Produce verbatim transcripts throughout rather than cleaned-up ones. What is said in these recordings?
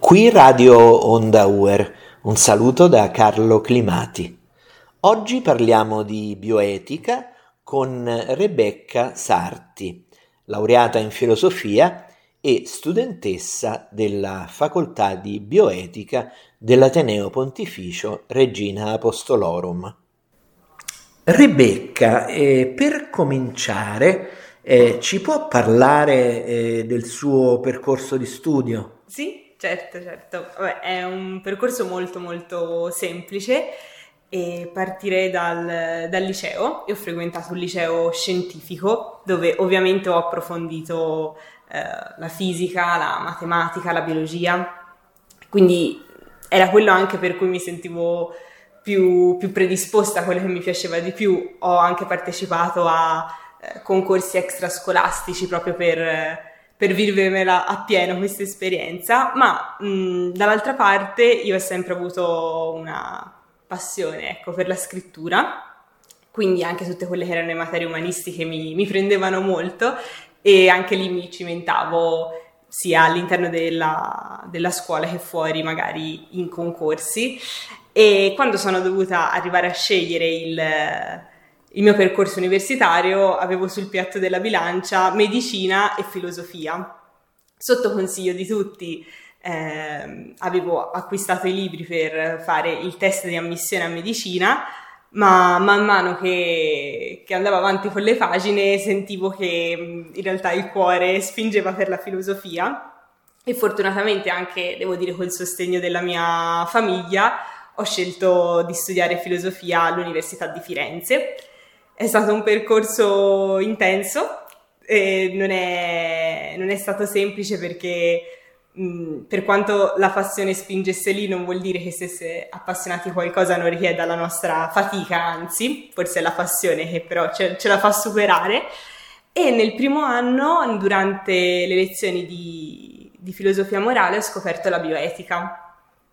Qui Radio Onda U E R, un saluto da Carlo Climati. Oggi parliamo di bioetica con Rebecca Sarti, laureata in filosofia e studentessa della Facoltà di Bioetica dell'Ateneo Pontificio Regina Apostolorum. Rebecca, eh, per cominciare, eh, ci può parlare eh, del suo percorso di studio? Sì, certo, certo. Vabbè, è un percorso molto molto semplice e partirei dal, dal liceo. Io ho frequentato un liceo scientifico dove ovviamente ho approfondito eh, la fisica, la matematica, la biologia, quindi era quello anche per cui mi sentivo più, più predisposta a quello che mi piaceva di più. Ho anche partecipato a eh, concorsi extrascolastici proprio per... per vivermela appieno questa esperienza, ma mh, dall'altra parte io ho sempre avuto una passione, ecco, per la scrittura, quindi anche tutte quelle che erano le materie umanistiche mi, mi prendevano molto e anche lì mi cimentavo sia all'interno della, della scuola che fuori, magari in concorsi. E quando sono dovuta arrivare a scegliere il... il mio percorso universitario, avevo sul piatto della bilancia medicina e filosofia. Sotto consiglio di tutti eh, avevo acquistato i libri per fare il test di ammissione a medicina, ma man mano che, che andavo avanti con le pagine sentivo che in realtà il cuore spingeva per la filosofia e fortunatamente anche, devo dire, col sostegno della mia famiglia ho scelto di studiare filosofia all'Università di Firenze. È stato un percorso intenso e non è, non è stato semplice perché mh, per quanto la passione spingesse lì non vuol dire che se si è appassionati a qualcosa non richieda la nostra fatica, anzi, forse è la passione che però ce, ce la fa superare. E nel primo anno, durante le lezioni di, di filosofia morale, ho scoperto la bioetica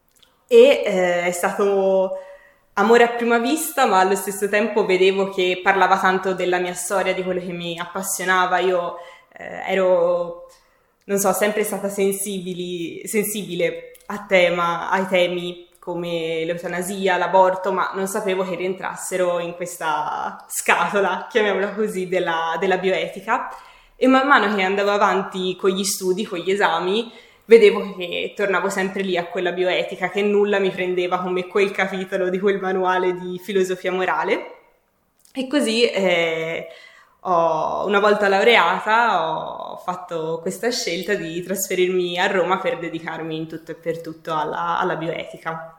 e eh, è stato... amore a prima vista, ma allo stesso tempo vedevo che parlava tanto della mia storia, di quello che mi appassionava. Io eh, ero, non so, sempre stata sensibili, sensibile a tema, ai temi come l'eutanasia, l'aborto, ma non sapevo che rientrassero in questa scatola, chiamiamola così, della, della bioetica. E man mano che andavo avanti con gli studi, con gli esami, vedevo che tornavo sempre lì a quella bioetica, che nulla mi prendeva come quel capitolo di quel manuale di filosofia morale. E così, eh, ho, una volta laureata, ho fatto questa scelta di trasferirmi a Roma per dedicarmi in tutto e per tutto alla, alla bioetica.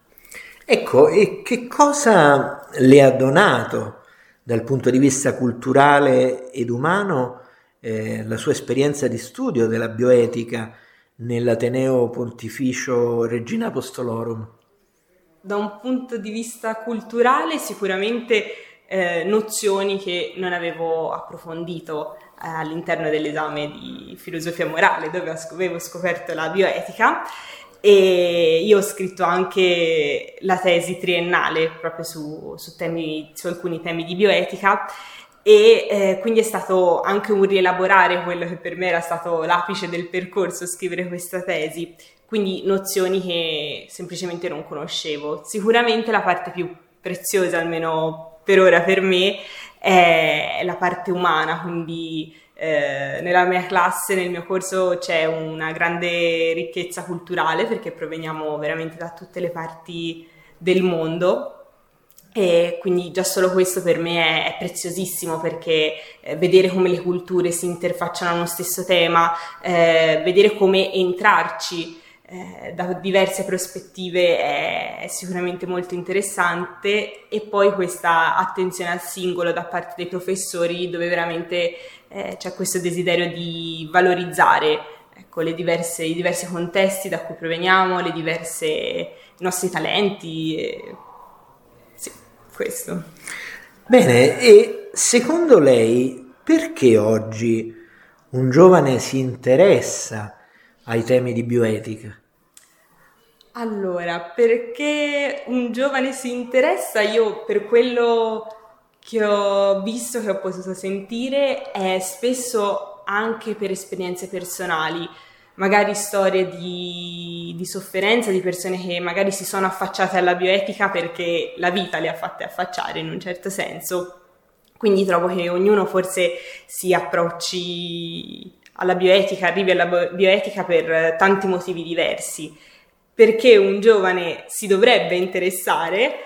Ecco, e che cosa le ha donato dal punto di vista culturale ed umano eh, la sua esperienza di studio della bioetica nell'Ateneo Pontificio Regina Apostolorum? Da un punto di vista culturale sicuramente eh, nozioni che non avevo approfondito eh, all'interno dell'esame di filosofia morale, dove avevo scoperto la bioetica, e io ho scritto anche la tesi triennale proprio su, su, temi, su alcuni temi di bioetica. E eh, quindi è stato anche un rielaborare quello che per me era stato l'apice del percorso, scrivere questa tesi, quindi nozioni che semplicemente non conoscevo. Sicuramente la parte più preziosa, almeno per ora per me, è la parte umana, quindi eh, nella mia classe, nel mio corso c'è una grande ricchezza culturale perché proveniamo veramente da tutte le parti del mondo. E quindi già solo questo per me è, è preziosissimo, perché eh, vedere come le culture si interfacciano a uno stesso tema, eh, vedere come entrarci eh, da diverse prospettive è, è sicuramente molto interessante. E poi questa attenzione al singolo da parte dei professori, dove veramente eh, c'è questo desiderio di valorizzare, ecco, le diverse, i diversi contesti da cui proveniamo, le diverse, i nostri talenti. E, questo. Bene, e secondo lei perché oggi un giovane si interessa ai temi di bioetica? Allora, perché un giovane si interessa, io per quello che ho visto, che ho potuto sentire, è spesso anche per esperienze personali. magari storie di, di sofferenza, di persone che magari si sono affacciate alla bioetica perché la vita le ha fatte affacciare in un certo senso. Quindi trovo che ognuno forse si approcci alla bioetica, arrivi alla bioetica per tanti motivi diversi. Perché un giovane si dovrebbe interessare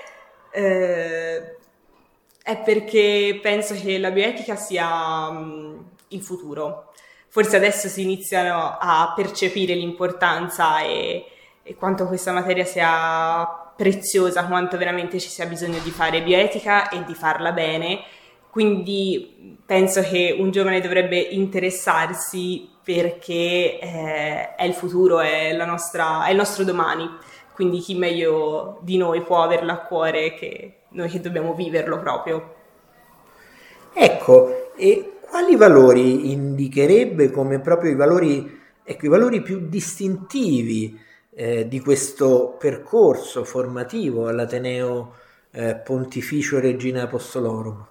eh, è perché penso che la bioetica sia mh, il futuro. Forse adesso si iniziano a percepire l'importanza e, e quanto questa materia sia preziosa, quanto veramente ci sia bisogno di fare bioetica e di farla bene. Quindi penso che un giovane dovrebbe interessarsi perché eh, è il futuro, è, la nostra, è il nostro domani. Quindi chi meglio di noi può averlo a cuore che noi che dobbiamo viverlo proprio. Ecco, e quali valori indicherebbe come proprio i valori, ecco, i valori più distintivi eh, di questo percorso formativo all'Ateneo eh, Pontificio Regina Apostolorum?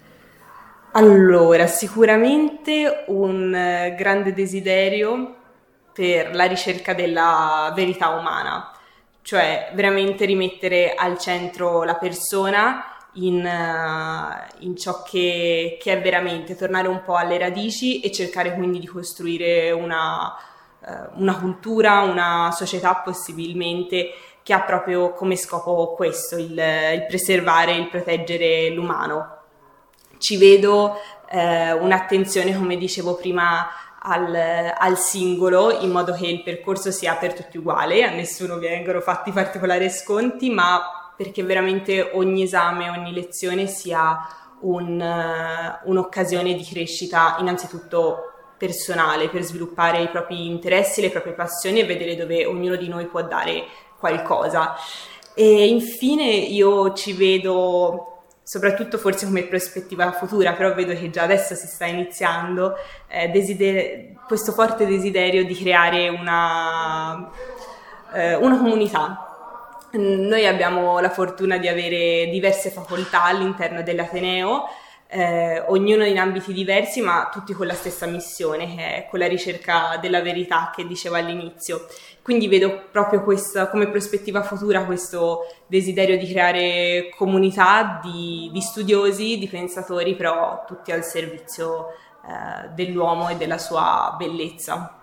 Allora, sicuramente un eh, grande desiderio per la ricerca della verità umana, cioè veramente rimettere al centro la persona in, uh, in ciò che, che è veramente, tornare un po' alle radici e cercare quindi di costruire una, uh, una cultura, una società possibilmente che ha proprio come scopo questo, il, il preservare, il proteggere l'umano. Ci vedo eh, un'attenzione, come dicevo prima, al, al singolo, in modo che il percorso sia per tutti uguale, a nessuno vengono fatti particolari sconti, ma perché veramente ogni esame, ogni lezione sia un, uh, un'occasione di crescita innanzitutto personale, per sviluppare i propri interessi, le proprie passioni e vedere dove ognuno di noi può dare qualcosa. E infine io ci vedo, soprattutto forse come prospettiva futura, però vedo che già adesso si sta iniziando, eh, desider- questo forte desiderio di creare una, eh, una comunità. Noi abbiamo la fortuna di avere diverse facoltà all'interno dell'Ateneo, eh, ognuno in ambiti diversi, ma tutti con la stessa missione, che è quella ricerca della verità che dicevo all'inizio. Quindi vedo proprio questa, come prospettiva futura, questo desiderio di creare comunità di, di studiosi, di pensatori, però tutti al servizio eh, dell'uomo e della sua bellezza.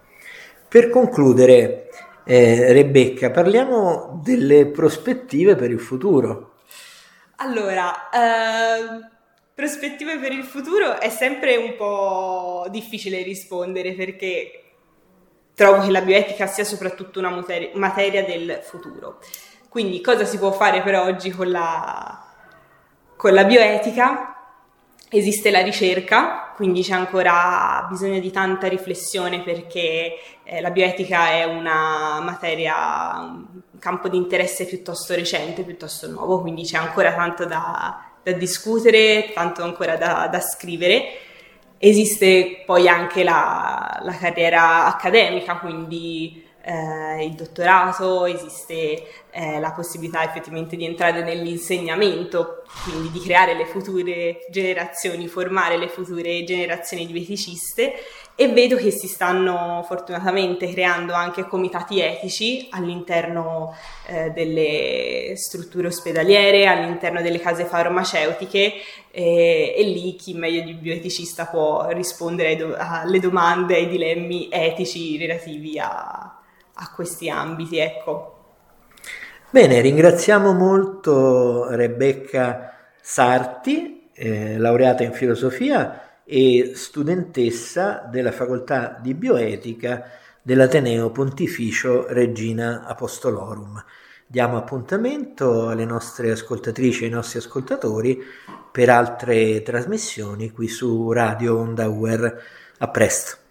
Per concludere, eh, Rebecca, parliamo delle prospettive per il futuro. Allora, eh, prospettive per il futuro è sempre un po' difficile rispondere perché trovo che la bioetica sia soprattutto una materia, materia del futuro. Quindi cosa si può fare per oggi con la, con la bioetica? Esiste la ricerca, quindi c'è ancora bisogno di tanta riflessione perché eh, la bioetica è una materia, un campo di interesse piuttosto recente, piuttosto nuovo, quindi c'è ancora tanto da, da discutere, tanto ancora da, da scrivere. Esiste poi anche la, la carriera accademica, quindi eh, il dottorato, esiste eh, la possibilità effettivamente di entrare nell'insegnamento, quindi di creare le future generazioni, formare le future generazioni di bioeticiste, e vedo che si stanno fortunatamente creando anche comitati etici all'interno eh, delle strutture ospedaliere, all'interno delle case farmaceutiche, eh, e lì chi meglio di un bioeticista può rispondere ai do- alle domande, ai dilemmi etici relativi a, a questi ambiti, ecco. Bene, ringraziamo molto Rebecca Sarti, eh, laureata in filosofia e studentessa della facoltà di bioetica dell'Ateneo Pontificio Regina Apostolorum. Diamo appuntamento alle nostre ascoltatrici e ai nostri ascoltatori per altre trasmissioni qui su Radio Onda U R. A presto.